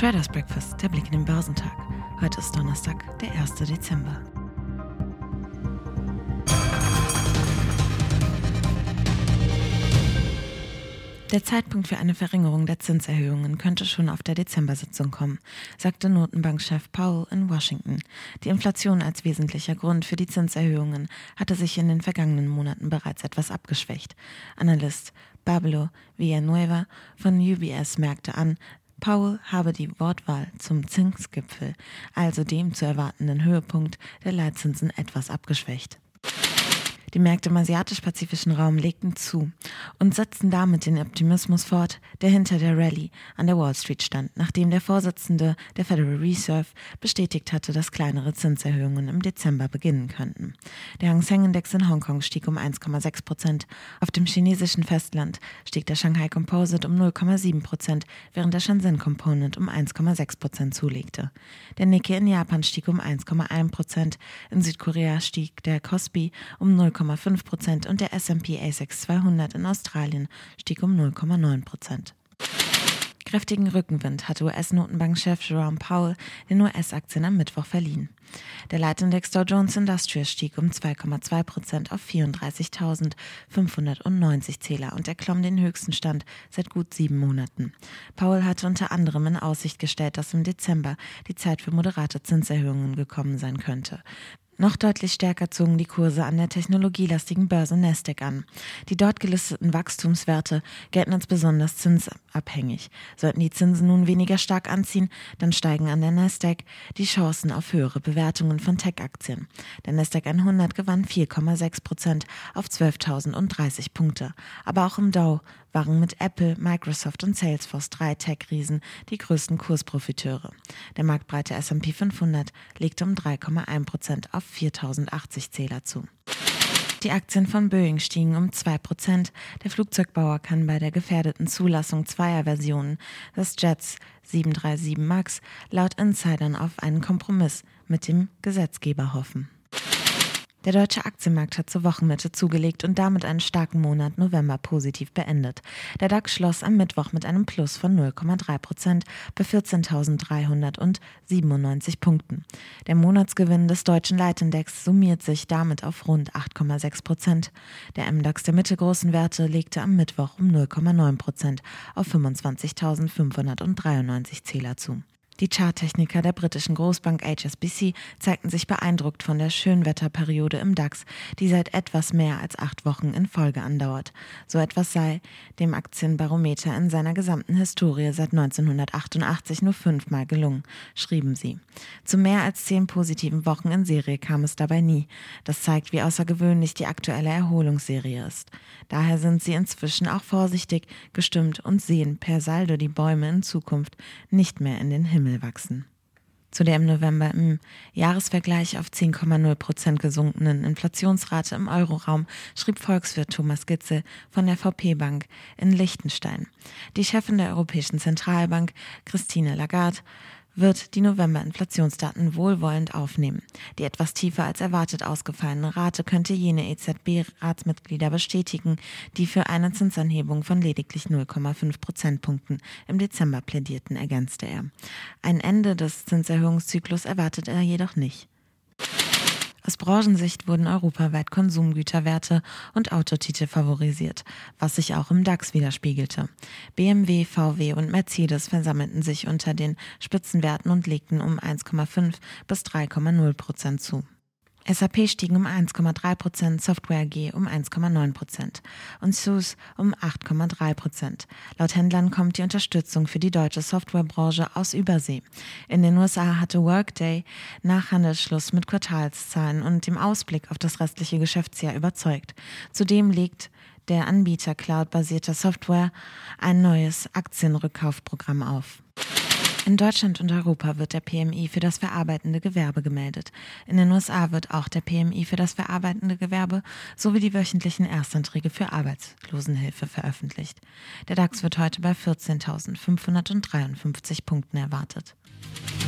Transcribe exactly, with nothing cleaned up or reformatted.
Traders Breakfast, der Blick in den Börsentag. Heute ist Donnerstag, der erste Dezember. Der Zeitpunkt für eine Verringerung der Zinserhöhungen könnte schon auf der Dezember-Sitzung kommen, sagte Notenbankchef Powell in Washington. Die Inflation als wesentlicher Grund für die Zinserhöhungen hatte sich in den vergangenen Monaten bereits etwas abgeschwächt. Analyst Pablo Villanueva von U B S merkte an, Powell habe die Wortwahl zum Zinsgipfel, also dem zu erwartenden Höhepunkt der Leitzinsen, etwas abgeschwächt. Die Märkte im asiatisch-pazifischen Raum legten zu und setzten damit den Optimismus fort, der hinter der Rallye an der Wall Street stand, nachdem der Vorsitzende der Federal Reserve bestätigt hatte, dass kleinere Zinserhöhungen im Dezember beginnen könnten. Der Hang Seng Index in Hongkong stieg um eins Komma sechs Prozent. Auf dem chinesischen Festland stieg der Shanghai Composite um null Komma sieben Prozent, während der Shenzhen Component um eins Komma sechs Prozent zulegte. Der Nikkei in Japan stieg um eins Komma eins Prozent. In Südkorea stieg der Kospi um null Komma fünf Prozent und der S and P A S X zweihundert in Australien stieg um null Komma neun Prozent. Kräftigen Rückenwind hatte U S-Notenbankchef Jerome Powell den U S-Aktien am Mittwoch verliehen. Der Leitindex Dow Jones Industrial stieg um zwei Komma zwei Prozent auf vierunddreißigtausendfünfhundertneunzig Zähler und erklomm den höchsten Stand seit gut sieben Monaten. Powell hatte unter anderem in Aussicht gestellt, dass im Dezember die Zeit für moderate Zinserhöhungen gekommen sein könnte. Noch deutlich stärker zogen die Kurse an der technologielastigen Börse Nasdaq an. Die dort gelisteten Wachstumswerte gelten als besonders zinsabhängig. Sollten die Zinsen nun weniger stark anziehen, dann steigen an der Nasdaq die Chancen auf höhere Bewertungen von Tech-Aktien. Der Nasdaq hundert gewann vier Komma sechs Prozent auf zwölftausenddreißig Punkte. Aber auch im Dow waren mit Apple, Microsoft und Salesforce drei Tech-Riesen die größten Kursprofiteure. Der marktbreite S and P fünfhundert legte um drei Komma eins Prozent auf viertausendachtzig Zähler zu. Die Aktien von Boeing stiegen um zwei Prozent. Der Flugzeugbauer kann bei der gefährdeten Zulassung zweier Versionen des Jets sieben drei sieben MAX laut Insidern auf einen Kompromiss mit dem Gesetzgeber hoffen. Der deutsche Aktienmarkt hat zur Wochenmitte zugelegt und damit einen starken Monat November positiv beendet. Der DAX schloss am Mittwoch mit einem Plus von null Komma drei Prozent bei vierzehntausenddreihundertsiebenundneunzig Punkten. Der Monatsgewinn des deutschen Leitindex summiert sich damit auf rund acht Komma sechs Prozent. Der M DAX der mittelgroßen Werte legte am Mittwoch um null Komma neun Prozent auf fünfundzwanzigtausendfünfhundertdreiundneunzig Zähler zu. Die Charttechniker der britischen Großbank H S B C zeigten sich beeindruckt von der Schönwetterperiode im DAX, die seit etwas mehr als acht Wochen in Folge andauert. So etwas sei dem Aktienbarometer in seiner gesamten Historie seit neunzehnhundertachtundachtzig nur fünfmal gelungen, schrieben sie. Zu mehr als zehn positiven Wochen in Serie kam es dabei nie. Das zeigt, wie außergewöhnlich die aktuelle Erholungsserie ist. Daher sind sie inzwischen auch vorsichtig gestimmt und sehen per Saldo die Bäume in Zukunft nicht mehr in den Himmel wachsen. Zu der im November im Jahresvergleich auf zehn Komma null Prozent gesunkenen Inflationsrate im Euroraum schrieb Volkswirt Thomas Gitzel von der V P Bank in Liechtenstein. Die Chefin der Europäischen Zentralbank, Christine Lagarde, wird die November-Inflationsdaten wohlwollend aufnehmen. Die etwas tiefer als erwartet ausgefallene Rate könnte jene E Z B-Ratsmitglieder bestätigen, die für eine Zinsanhebung von lediglich null Komma fünf Prozentpunkten im Dezember plädierten, ergänzte er. Ein Ende des Zinserhöhungszyklus erwartet er jedoch nicht. Aus Branchensicht wurden europaweit Konsumgüterwerte und Autotitel favorisiert, was sich auch im DAX widerspiegelte. B M W, V W und Mercedes versammelten sich unter den Spitzenwerten und legten um eins Komma fünf bis drei Komma null Prozent zu. S A P stiegen um eins Komma drei Prozent, Software A G um eins Komma neun Prozent und S U S um acht Komma drei Prozent. Laut Händlern kommt die Unterstützung für die deutsche Softwarebranche aus Übersee. In den U S A hatte Workday nach Handelsschluss mit Quartalszahlen und dem Ausblick auf das restliche Geschäftsjahr überzeugt. Zudem legt der Anbieter cloud-basierter Software ein neues Aktienrückkaufprogramm auf. In Deutschland und Europa wird der P M I für das verarbeitende Gewerbe gemeldet. In den U S A wird auch der P M I für das verarbeitende Gewerbe sowie die wöchentlichen Erstanträge für Arbeitslosenhilfe veröffentlicht. Der DAX wird heute bei vierzehntausendfünfhundertdreiundfünfzig Punkten erwartet.